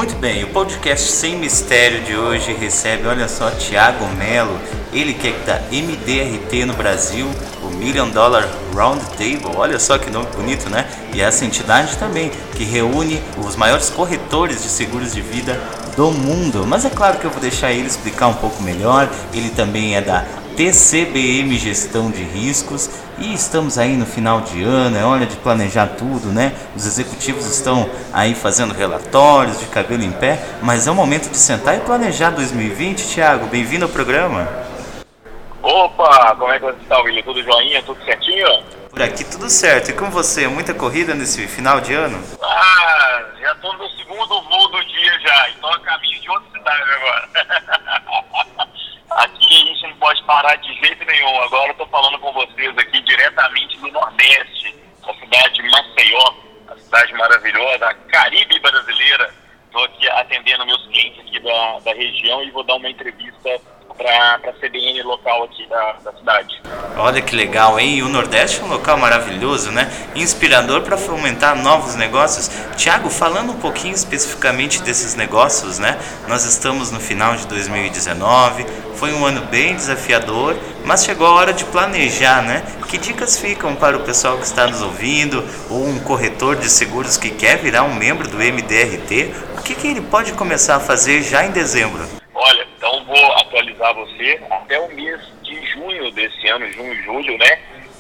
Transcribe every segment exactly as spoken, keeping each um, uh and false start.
Muito bem, o podcast Sem Mistério de hoje recebe, olha só, Thiago Mello, ele que é da M D R T no Brasil, o Million Dollar Round Table, olha só que nome bonito, né? E essa entidade também, que reúne os maiores corretores de seguros de vida do mundo. Mas é claro que eu vou deixar ele explicar um pouco melhor, ele também é da T C B M Gestão de Riscos e estamos aí no final de ano, é hora de planejar tudo, né? Os executivos estão aí fazendo relatórios de cabelo em pé, mas é o momento de sentar e planejar dois mil e vinte. Thiago, bem-vindo ao programa. Opa, como é que você está, William? Tudo joinha? Tudo certinho? Por aqui tudo certo, e com você? Muita corrida nesse final de ano? Ah, já estou no segundo voo do dia já, estou a caminho de outra cidade agora. Aqui a gente não pode parar de jeito nenhum. Agora eu estou falando com vocês aqui diretamente do Nordeste, da cidade de Maceió, a cidade maravilhosa, a Caribe brasileira. Estou aqui atendendo meus clientes aqui da, da região e vou dar uma entrevista para a C B N local aqui da, da cidade. Olha que legal, hein? E o Nordeste é um local maravilhoso, né? Inspirador para fomentar novos negócios. Thiago, falando um pouquinho especificamente desses negócios, né? Nós estamos no final de dois mil e dezenove, foi um ano bem desafiador, mas chegou a hora de planejar, né? Que dicas ficam para o pessoal que está nos ouvindo, ou um corretor de seguros que quer virar um membro do M D R T? O que, que ele pode começar a fazer já em dezembro? Olha, então vou atualizar você. Até o mês de junho desse ano, junho e julho, né?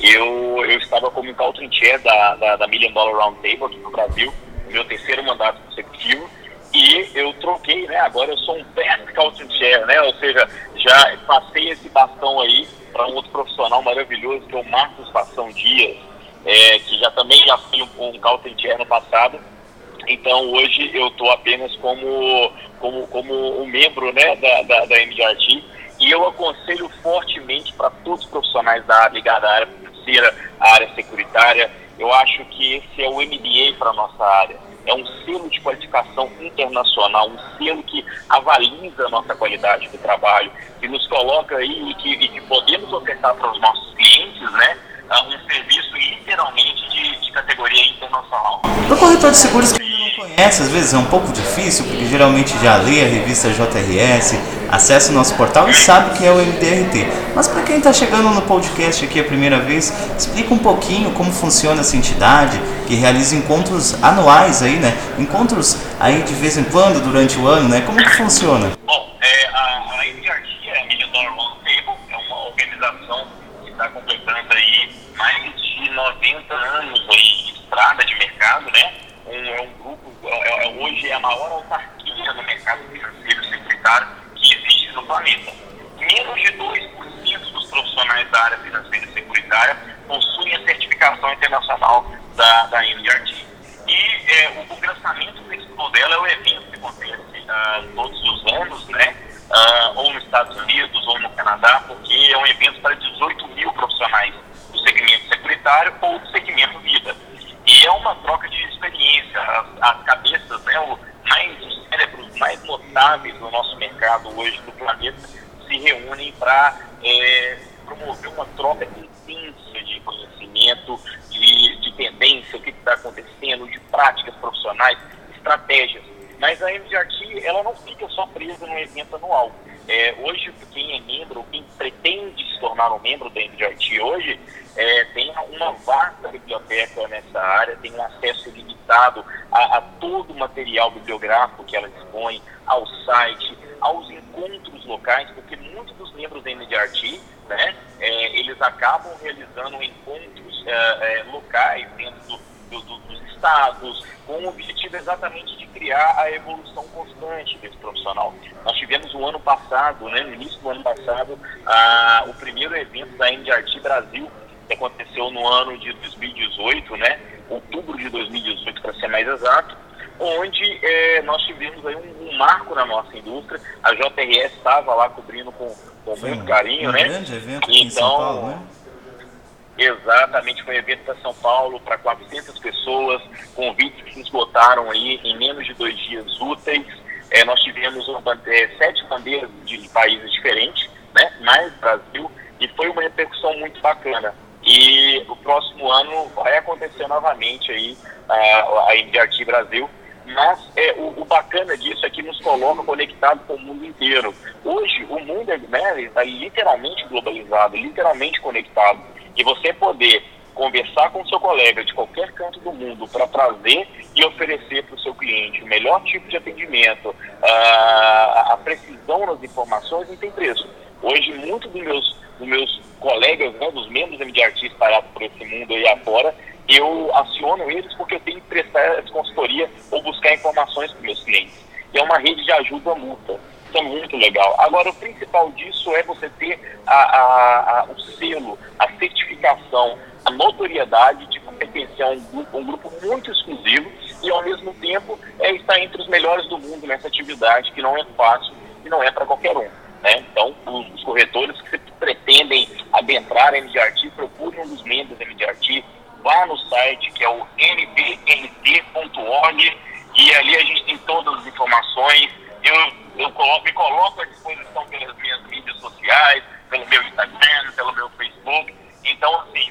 Eu, eu estava como country chair da, da, da Million Dollar Round Table aqui no Brasil, meu terceiro mandato consecutivo, e eu troquei, né? Agora eu sou um best country chair, né? Ou seja, já passei esse bastão aí para um outro profissional maravilhoso, que é o Marcos Fação Dias, é, que já também já fui um, um country chair no passado. Então hoje eu estou apenas como, como, como um membro, né, da, da, da M D R T, e eu aconselho fortemente para todos os profissionais da área ligada à área financeira, à área securitária. Eu acho que esse é o M B A para a nossa área. É um selo de qualificação internacional, um selo que avaliza a nossa qualidade do trabalho, que nos coloca aí e que, e que podemos ofertar para os nossos clientes, né, um serviço literalmente de, de categoria internacional. Para o corretor de seguros que ainda não conhece, às vezes é um pouco difícil, porque geralmente já lê a revista J R S, acessa o nosso portal e sabe que é o M D R T. Mas para quem está chegando no podcast aqui a primeira vez, explica um pouquinho como funciona essa entidade, que realiza encontros anuais aí, né? Encontros aí de vez em quando durante o ano, né? Como que funciona? Bom, é, a, a M D R T, a Million Dollar Round Table, é uma organização que está completando aí mais de noventa anos aí de estrada de mercado, né? Um, é um grupo, é, é, hoje é a maior autarquia no mercado financeiro e securitário que existe no planeta. Menos de dois por cento dos profissionais da área financeira e securitária possuem a certificação internacional da, da M D R T. E é, o, o lançamento principal dela é o evento que acontece uh, todos os anos, né? Uh, ou nos Estados Unidos ou no Canadá, porque é um evento para dezoito mil profissionais do segmento securitário ou do segmento vida. E é uma troca de experiência. As, as cabeças, né, o, mais, os cérebros mais notáveis do nosso mercado hoje do planeta se reúnem para é, promover uma troca intensa de conhecimento, de, de tendência, o que está acontecendo, de práticas profissionais, estratégias. Mas a M D R T, ela não fica só presa num evento anual. É, hoje, quem é membro, quem pretende se tornar um membro da M D R T hoje, é, tem uma vasta biblioteca nessa área, tem um acesso ilimitado a, a todo o material bibliográfico que ela dispõe, ao site, aos encontros locais, porque muitos dos membros da M D R T, né, é, eles acabam realizando encontros é, é, locais dentro do, do, do, dos estados, com o objetivo exatamente de criar a evolução constante desse profissional. Nós tivemos o ano passado, né, no início do ano passado, a, o primeiro evento da M D R T Brasil, que aconteceu no ano de dois mil e dezoito, né, outubro de dois mil e dezoito para ser mais exato, onde é, nós tivemos aí um, um marco na nossa indústria. A J R S estava lá cobrindo com, com muito carinho, um né? grande evento aqui então, em São Paulo, né? Exatamente, foi um evento para São Paulo, para quatrocentas pessoas, convites que se esgotaram aí em menos de dois dias úteis. É, nós tivemos uma, é, sete bandeiras de países diferentes, né? Mais Brasil, e foi uma repercussão muito bacana. E o próximo ano vai acontecer novamente aí a, a M D R T Brasil, Mas é, o, o bacana disso é que nos coloca conectado com o mundo inteiro. Hoje, o mundo né, está literalmente globalizado, literalmente conectado. E você poder conversar com o seu colega de qualquer canto do mundo para trazer e oferecer para o seu cliente o melhor tipo de atendimento, a, a precisão nas informações, não tem preço. Hoje, muitos dos meus, dos meus colegas, né, dos membros da M D R T espalhados por esse mundo aí afora, eu aciono eles porque eu tenho que prestar essa consultoria ou buscar informações para meus clientes. E é uma rede de ajuda mútua. Isso é muito legal. Agora, o principal disso é você ter a, a, a, o selo, a certificação, a notoriedade de pertencer a um grupo, um grupo muito exclusivo e, ao mesmo tempo, é estar entre os melhores do mundo nessa atividade, que não é fácil e não é para qualquer um. Né? Então, os, os corretores que pretendem adentrar a M D R T, procurem um dos membros da M D R T, vá no site, que é o n b r t ponto org, e ali a gente tem todas as informações. Eu, eu coloco, me coloco à disposição pelas minhas mídias sociais, pelo meu Instagram, pelo meu Facebook. Então, assim,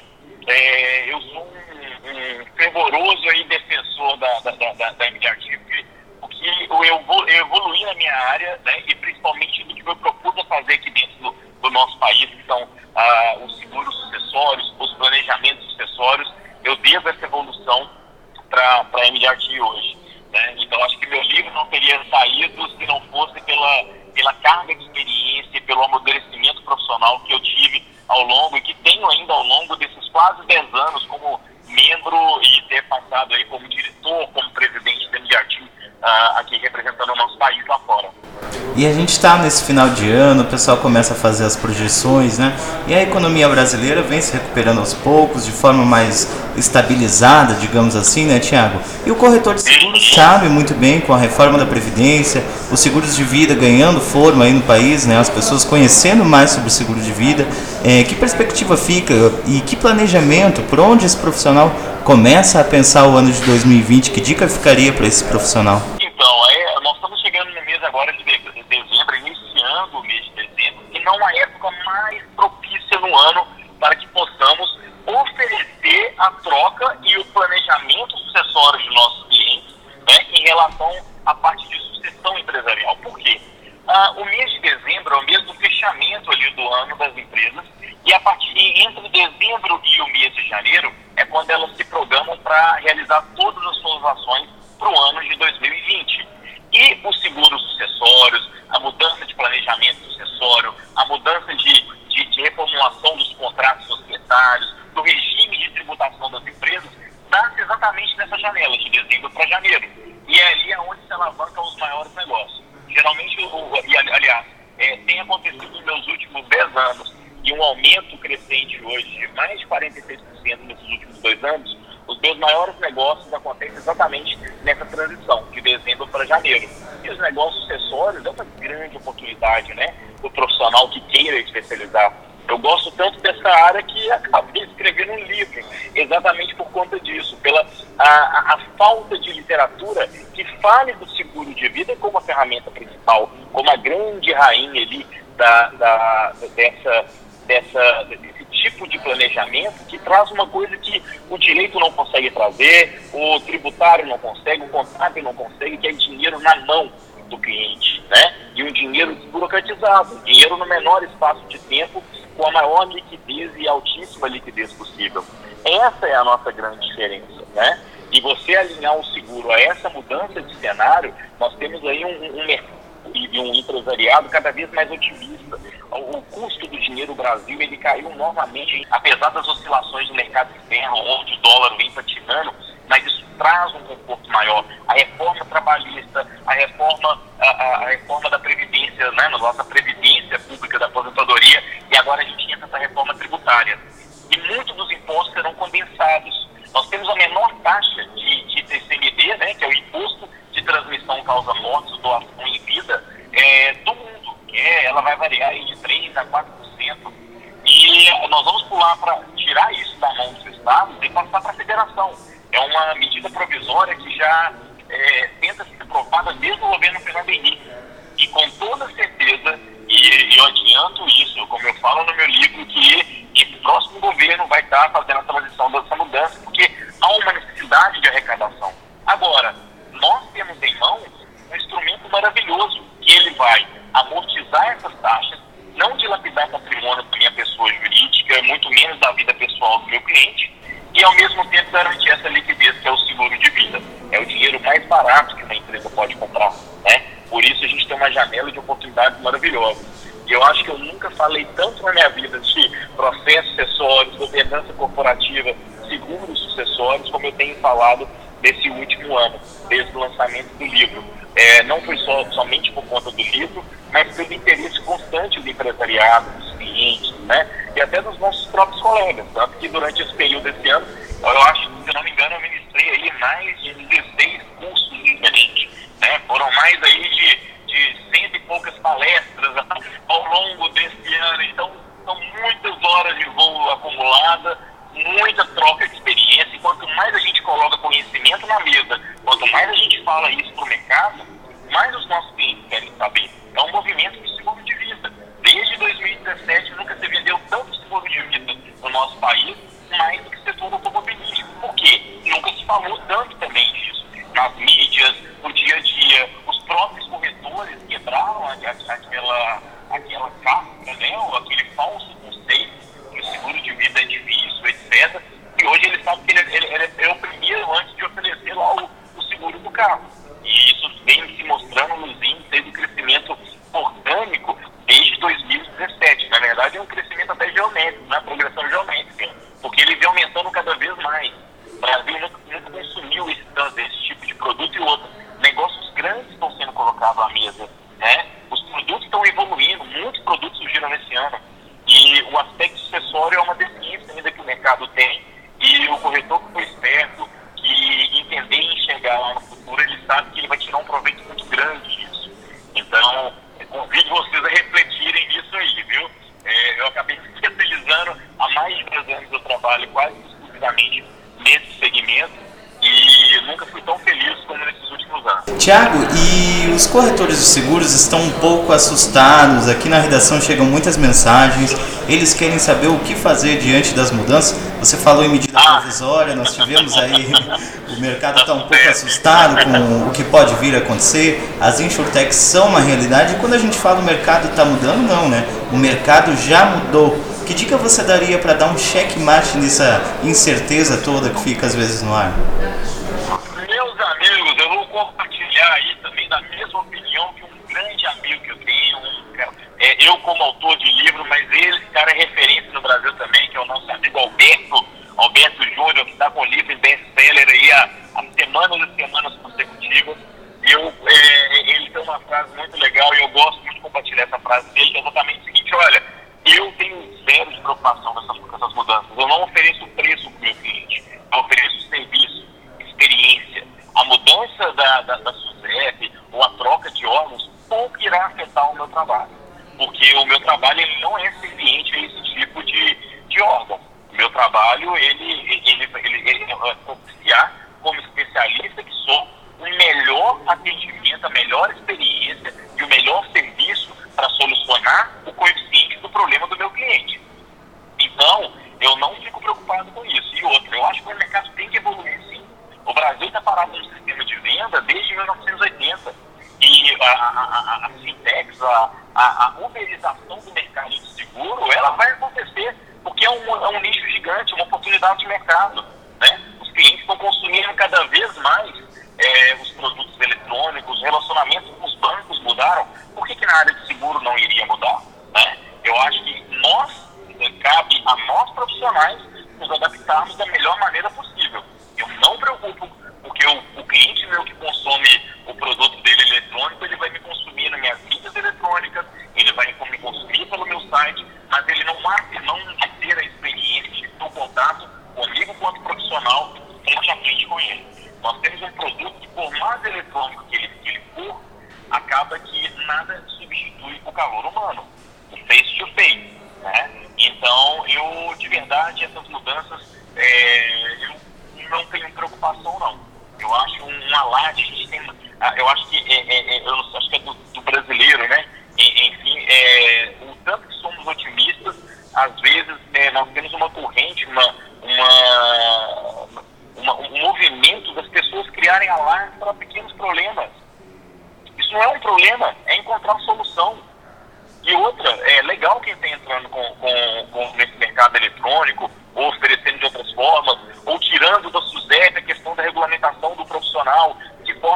é, eu sou um, um fervoroso aí defensor da, da, da, da M D R T, porque o que eu, eu evoluí na minha área, né, e principalmente do que eu propus fazer aqui dentro do, do nosso país, que são ah, os seguros sucessórios, os planejamentos sucessórios, eu devo essa evolução para a M D R T hoje. Né? Então, acho que meu livro não teria saído se não fosse pela, pela carga de experiência, pelo amadurecimento profissional que eu tive ao longo e que tenho ainda ao longo desses quase dez anos como membro e ter passado aí como diretor, como presidente da M D R T, uh, aqui representando o nosso país lá fora. E a gente está nesse final de ano, o pessoal começa a fazer as projeções, né? E a economia brasileira vem se recuperando aos poucos, de forma mais estabilizada, digamos assim, né, Tiago? E o corretor de seguros sabe muito bem, com a reforma da Previdência, os seguros de vida ganhando forma aí no país, né? As pessoas conhecendo mais sobre o seguro de vida. É, que perspectiva fica e que planejamento, por onde esse profissional começa a pensar o ano de dois mil e vinte? Que dica ficaria para esse profissional? Então, é, nós estamos chegando no mês agora de dezembro, iniciando o mês de dezembro, e não a época mais propícia no ano para que possamos oferecer a troca e o planejamento sucessório de nossos clientes, né, em relação à parte de sucessão empresarial. Por quê? Ah, o mês de dezembro é o mês do fechamento ali do ano das empresas, e a partir entre dezembro e o mês de janeiro é quando elas se programam para realizar todas as suas ações para o ano de dois mil e vinte. E os seguros sucessórios, a mudança de planejamento sucessório, a mudança de, de, de reformulação dos contratos societários, do regime de tributação das empresas, dá-se exatamente nessa janela, de dezembro para janeiro. E é ali onde se alavancam os maiores negócios. Geralmente, o, e aliás, é, tem acontecido nos meus últimos dez anos, e um aumento crescente hoje de mais de quarenta e seis por cento nesses últimos dois anos, os meus maiores negócios acontecem exatamente nessa transição, de dezembro para janeiro. E os negócios sucessórios é uma grande oportunidade, né, do profissional que queira especializar. Eu gosto tanto dessa área que acabei escrevendo um livro, exatamente por conta disso, pela a, a, a falta de literatura que fale do seguro de vida como a ferramenta principal, como a grande rainha ali da, da, dessa, dessa, desse tipo de planejamento que traz uma coisa que o direito não consegue trazer, o tributário não consegue, o contábil não consegue, que é dinheiro na mão do cliente, né? E um dinheiro desburocratizado, um dinheiro no menor espaço de tempo, com a maior liquidez e altíssima liquidez possível. Essa é a nossa grande diferença, né? E você alinhar o seguro a essa mudança de cenário, nós temos aí um, um mercado e um empresariado cada vez mais otimista. O, o custo do dinheiro no Brasil, ele caiu novamente, apesar das oscilações do mercado externo, onde o dólar vem patinando, mas isso traz um conforto maior. A reforma trabalhista, a reforma, a, a, a reforma da Previdência, né, na nossa Previdência Pública da Aposentadoria, e agora a gente entra nessa reforma tributária. E muitos dos impostos serão condensados. Nós temos a menor taxa de, de T C M D, né, que é o Imposto de Transmissão Causa Mortes, doação em vida, é, do mundo. Que é, ela vai variar aí de três por cento a quatro por cento. E nós vamos pular para tirar isso da mão dos estados e passar para a federação. É uma medida provisória que já é, tenta ser aprovada desde o governo Fernando Henrique. E com toda certeza, e eu adianto isso, como eu falo no meu livro, que esse próximo governo vai estar fazendo a transição dessa mudança, porque há uma necessidade de arrecadação. Agora, nós temos mais barato que uma empresa pode comprar, né? Por isso a gente tem uma janela de oportunidades maravilhosas. E eu acho que eu nunca falei tanto na minha vida de processos sucessórios, governança corporativa, seguros sucessórios, como eu tenho falado nesse último ano, desde o lançamento do livro. É, não foi só, somente por conta do livro, mas pelo interesse constante do empresariado, dos clientes, né? E até dos nossos próprios colegas. Tanto que durante esse período desse ano, eu acho, se não me engano, eu ministrei aí mais de dezesseis cursos diferentes, né? Foram mais aí de, de cento e poucas palestras ao longo desse ano. Então, são muitas horas de voo acumulada, muita troca de experiência. E quanto mais a gente coloca conhecimento na mesa, quanto mais a gente fala isso para o mercado, mais os nossos clientes querem saber. É um movimento de seguro de vida. Desde dois mil e dezessete nunca se vendeu tanto seguro de vida no nosso país, mais do que o setor automobilístico. Por quê? Nunca se falou tanto também disso. Nas mídias, no dia a dia, os próprios corretores quebraram aquela, aquela casca, né? Ou aquele falso conceito que o seguro de vida é difícil, etcétera. E hoje ele sabe que ele, ele, ele é o primeiro antes de oferecer lá o, o seguro do carro. E isso vem se mostrando nos índices do crescimento orgânico desde dois mil e dezessete. Na verdade, é um crescimento até geométrico, né? Progressão geométrica, porque ele vem aumentando cada vez mais. O Brasil nunca, nunca consumiu esse, esse tipo de produto e outro. Negócios grandes estão sendo colocados à mesa, né? Os produtos estão evoluindo, muitos produtos surgiram nesse ano. E o aspecto sucessório é uma deficiência ainda que o mercado tem. E o corretor que foi esperto, que entender e enxergar lá no futuro, ele sabe que ele vai tirar um proveito muito grande disso. Então, convido vocês a refletirem nisso aí, viu? É, eu acabei me especializando há mais de dez anos, eu trabalho quase exclusivamente nesse segmento e nunca fui tão feliz como nesses últimos anos. Tiago, e os corretores de seguros estão um pouco assustados. Aqui na redação chegam muitas mensagens, eles querem saber o que fazer diante das mudanças. Você falou em medida ah. provisória, nós tivemos aí, o mercado está um pouco assustado com o que pode vir a acontecer, as insurtechs são uma realidade, e quando a gente fala o mercado está mudando, não, né? O mercado já mudou. Que dica você daria para dar um checkmate nessa incerteza toda que fica às vezes no ar? Meus amigos, eu vou compartilhar aí também da mesma opinião que um grande amigo que eu tenho, um, é, eu como autor de livro, mas ele, cara, é referência no Brasil também, que é o nosso amigo Alberto, Alberto Júnior, que está com o livro em best-seller aí há, há semanas e semanas consecutivas. Eu, é, ele tem uma frase muito legal e eu gosto muito de compartilhar essa frase dele, que é exatamente o seguinte: olha, eu tenho zero de preocupação com essas, com essas mudanças. Eu não ofereço preço para o meu cliente, eu ofereço serviço, experiência. A mudança da, da, da SUSEP ou a troca de órgãos pouco irá afetar o meu trabalho, porque o meu trabalho ele não é serviente a esse tipo de, de órgão. O meu trabalho ele, ele, ele, ele, ele é propiciar, como especialista que sou, o melhor atendimento, a melhor experiência e o melhor serviço para solucionar o coeficiente do problema do meu cliente. Então, eu não fico preocupado com isso. E outra, eu acho que o mercado tem que evoluir sim. O Brasil está parado num sistema de venda desde mil novecentos e oitenta. E a, a, a, a fintechs, a, a, a uberização do mercado de seguro, ela vai acontecer, porque é um, é um nicho gigante, uma oportunidade de mercado, né? Os clientes estão consumindo cada vez mais é, os produtos eletrônicos, os relacionamentos com os bancos mudaram. Por que, que na área de seguro não iria mudar? Né? Eu acho que nós, cabe a nós profissionais, nos adaptarmos da melhor maneira possível. Eu não me preocupo, porque o, o cliente meu que consome o produto dele eletrônico, ele vai me consumir nas minhas mídias eletrônicas, ele vai me consumir pelo meu site, mas ele não vai, não vai ter a experiência de ter o contato comigo quanto profissional, frente a frente com ele. Nós temos um produto que, por mais eletrônico que ele, que ele for, acaba que nada substitui o calor humano, o face to face, né? Então, eu, de verdade, essas mudanças, é, eu não tenho preocupação, não. Eu acho um, um alarde, a gente tem, eu acho que, é, é, eu não, acho que é do, do brasileiro, né? E, enfim, é, o tanto que somos otimistas, às vezes, é, nós temos uma corrente, uma, uma, uma, um movimento das pessoas criarem alarmes para pequenos problemas. Isso não é um problema, é encontrar solução. E outra, é legal quem está entrando com, com, com nesse mercado eletrônico, ou oferecendo de outras formas, ou tirando da SUSEP a questão da regulamentação do profissional, de forma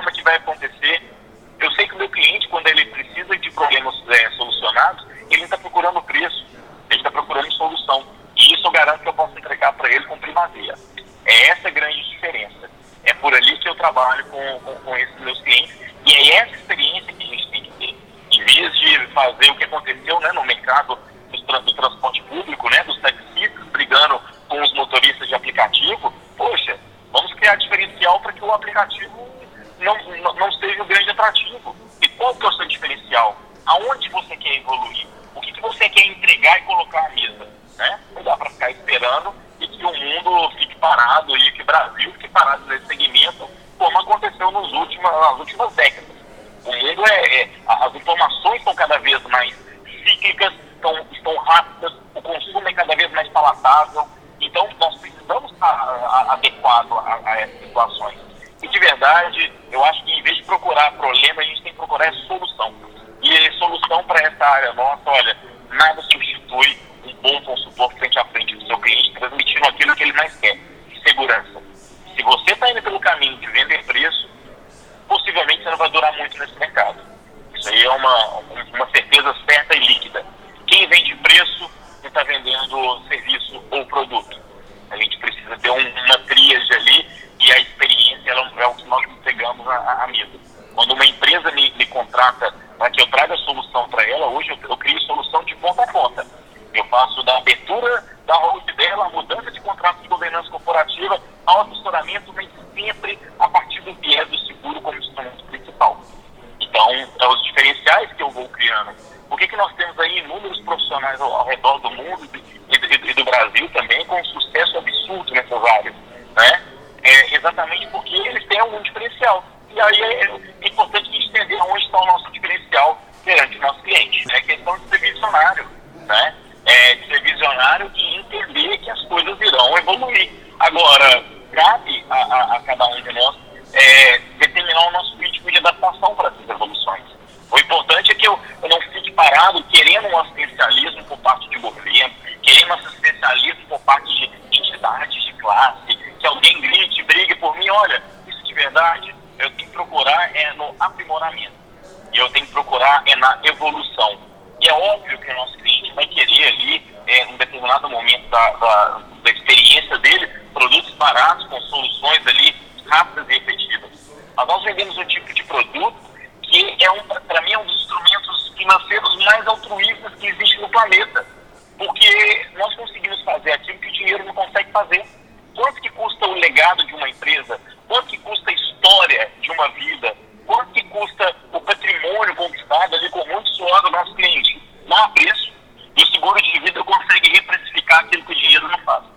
trabalho com, com, com esses meus clientes. E é essa experiência que a gente tem que ter. Em vez de fazer o que aconteceu, né, no mercado do, tra do transporte público, né, dos taxistas brigando com os motoristas de aplicativo, poxa, vamos criar diferencial para que o aplicativo não, não, não seja um grande atrativo. E qual que é o seu diferencial? Aonde você quer evoluir? O que, que você quer entregar e colocar à mesa? Né? Não dá para ficar esperando e que o mundo fique parado e que o Brasil fique parado nesse segmento, como aconteceu nos últimos, nas últimas décadas. O mundo é, é... As informações estão cada vez mais cíclicas, estão, estão rápidas, o consumo é cada vez mais palatável. Então, nós precisamos estar adequados a, a essas situações. E, de verdade, eu acho que, em vez de procurar problema, a gente tem que procurar solução. E solução para essa área nossa, olha, nada substitui um bom consultor frente a frente do seu cliente, transmitindo aquilo que ele mais quer, segurança. Se você está indo pelo caminho de vender preço, possivelmente você não vai durar muito nesse mercado. Isso aí é uma, uma certeza certa e líquida. Quem vende preço, não está vendendo serviço ou produto. A gente precisa ter um, uma tríade ali e a experiência ela, é o que nós entregamos à, à mesa. Quando uma empresa me, me contrata para que eu traga a solução para ela, hoje eu, eu crio solução de ponta a ponta. Eu faço da abertura da road dela, a mudança de contrato de governança corporativa, ao assessoramento, mas sempre a partir do viés do seguro como instrumento principal. Então, é os diferenciais que eu vou criando. Por que que nós temos aí inúmeros profissionais ao, ao redor do mundo e, e, e do Brasil também com um sucesso absurdo nessas áreas, né? É exatamente porque eles têm algum diferencial. E aí é, é importante a gente entender onde está o nosso diferencial perante o nosso cliente. É questão de ser visionário, né? É, de ser visionário e entender que as coisas irão evoluir. Agora, cabe a, a, a cada um de nós é, determinar o nosso ritmo de adaptação para essas evoluções. O importante é que eu, eu não fique parado querendo um assistencialismo por parte de governo, querendo um assistencialismo por parte de entidades de classe, que alguém grite, brigue por mim. Olha, isso de verdade, eu tenho que procurar é no aprimoramento. E eu tenho que procurar é na evolução. E é óbvio que o nosso cliente vai querer ali, é, em um determinado momento da, da, da experiência dele, produtos baratos com soluções ali rápidas e efetivas. Mas nós vendemos um tipo de produto que é um, para mim, é um dos instrumentos financeiros mais altruístas que existe no planeta. Porque nós conseguimos fazer aquilo que o dinheiro não consegue fazer. Quanto que custa o legado de uma empresa? Quanto que custa a história de uma vida? Quanto que custa o patrimônio conquistado ali com muito suor do nosso cliente? Não há preço. E o seguro de vida consegue reprecificar aquilo que o dinheiro não faz.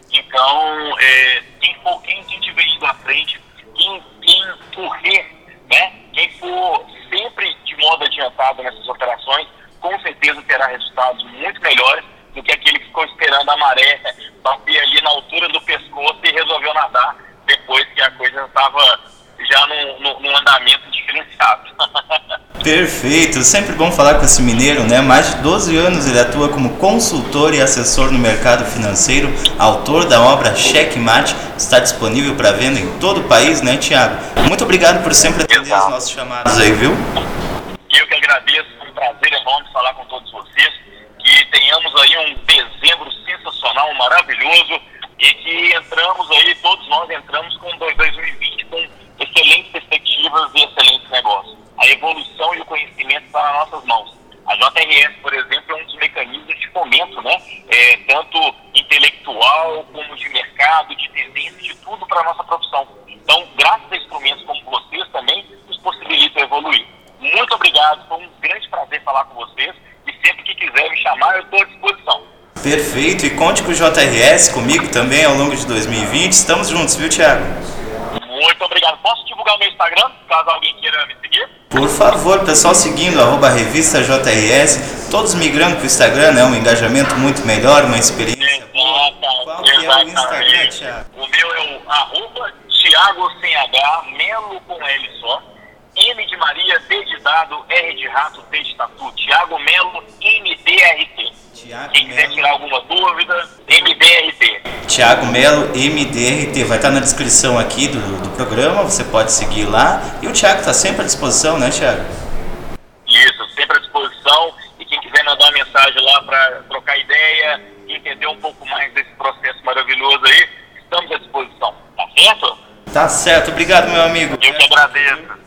Então, é, quem for, quem, quem estiver indo à frente, quem, quem correr, né? Quem for sempre de modo adiantado nessas operações, com certeza terá resultados muito melhores do que aquele que ficou esperando a maré bater ali na altura do pescoço e resolveu nadar depois que a coisa estava já num, num, num andamento diferenciado. Perfeito, sempre bom falar com esse mineiro, né? Mais de doze anos ele atua como consultor e assessor no mercado financeiro, autor da obra Checkmate, está disponível para venda em todo o país, né, Thiago? Muito obrigado por sempre atender Exato. Os nossos chamados aí, viu? Eu que agradeço, é um prazer enorme falar com todos vocês, que tenhamos aí um dezembro sensacional, maravilhoso, e que entramos aí, todos nós entramos com dois mil e vinte com excelentes perspectivas e excelentes negócios. A evolução e o conhecimento estão nas nossas mãos. A J R S, por exemplo, é um dos mecanismos de fomento, né? É, tanto intelectual como de mercado, de tendência, de tudo para a nossa profissão. Então, graças a instrumentos como vocês também, nos possibilitam evoluir. Muito obrigado, foi um grande prazer falar com vocês e sempre que quiser me chamar, eu estou à disposição. Perfeito, e conte com o J R S, comigo também ao longo de dois mil e vinte. Estamos juntos, viu, Thiago? Muito obrigado. Posso divulgar o meu Instagram, caso alguém queira me seguir? Por favor, pessoal seguindo, arroba revista J R S, todos migrando para o Instagram, né? Um engajamento muito melhor, uma experiência boa. Qual que é o Instagram, Thiago? O meu é o arroba Thiago sem H, Melo com L só, M de Maria, D de dado, R de rato, T de tatu, Thiago Melo, M D R T. Thiago Quem quiser Melo. tirar alguma dúvida, M D R T. Thiago Melo, M D R T, vai estar na descrição aqui do, do programa, você pode seguir lá. E o Thiago está sempre à disposição, né, Thiago? Isso, sempre à disposição. E quem quiser mandar uma mensagem lá para trocar ideia, entender um pouco mais desse processo maravilhoso aí, estamos à disposição. Tá certo? Tá certo, obrigado, meu amigo. Eu que agradeço.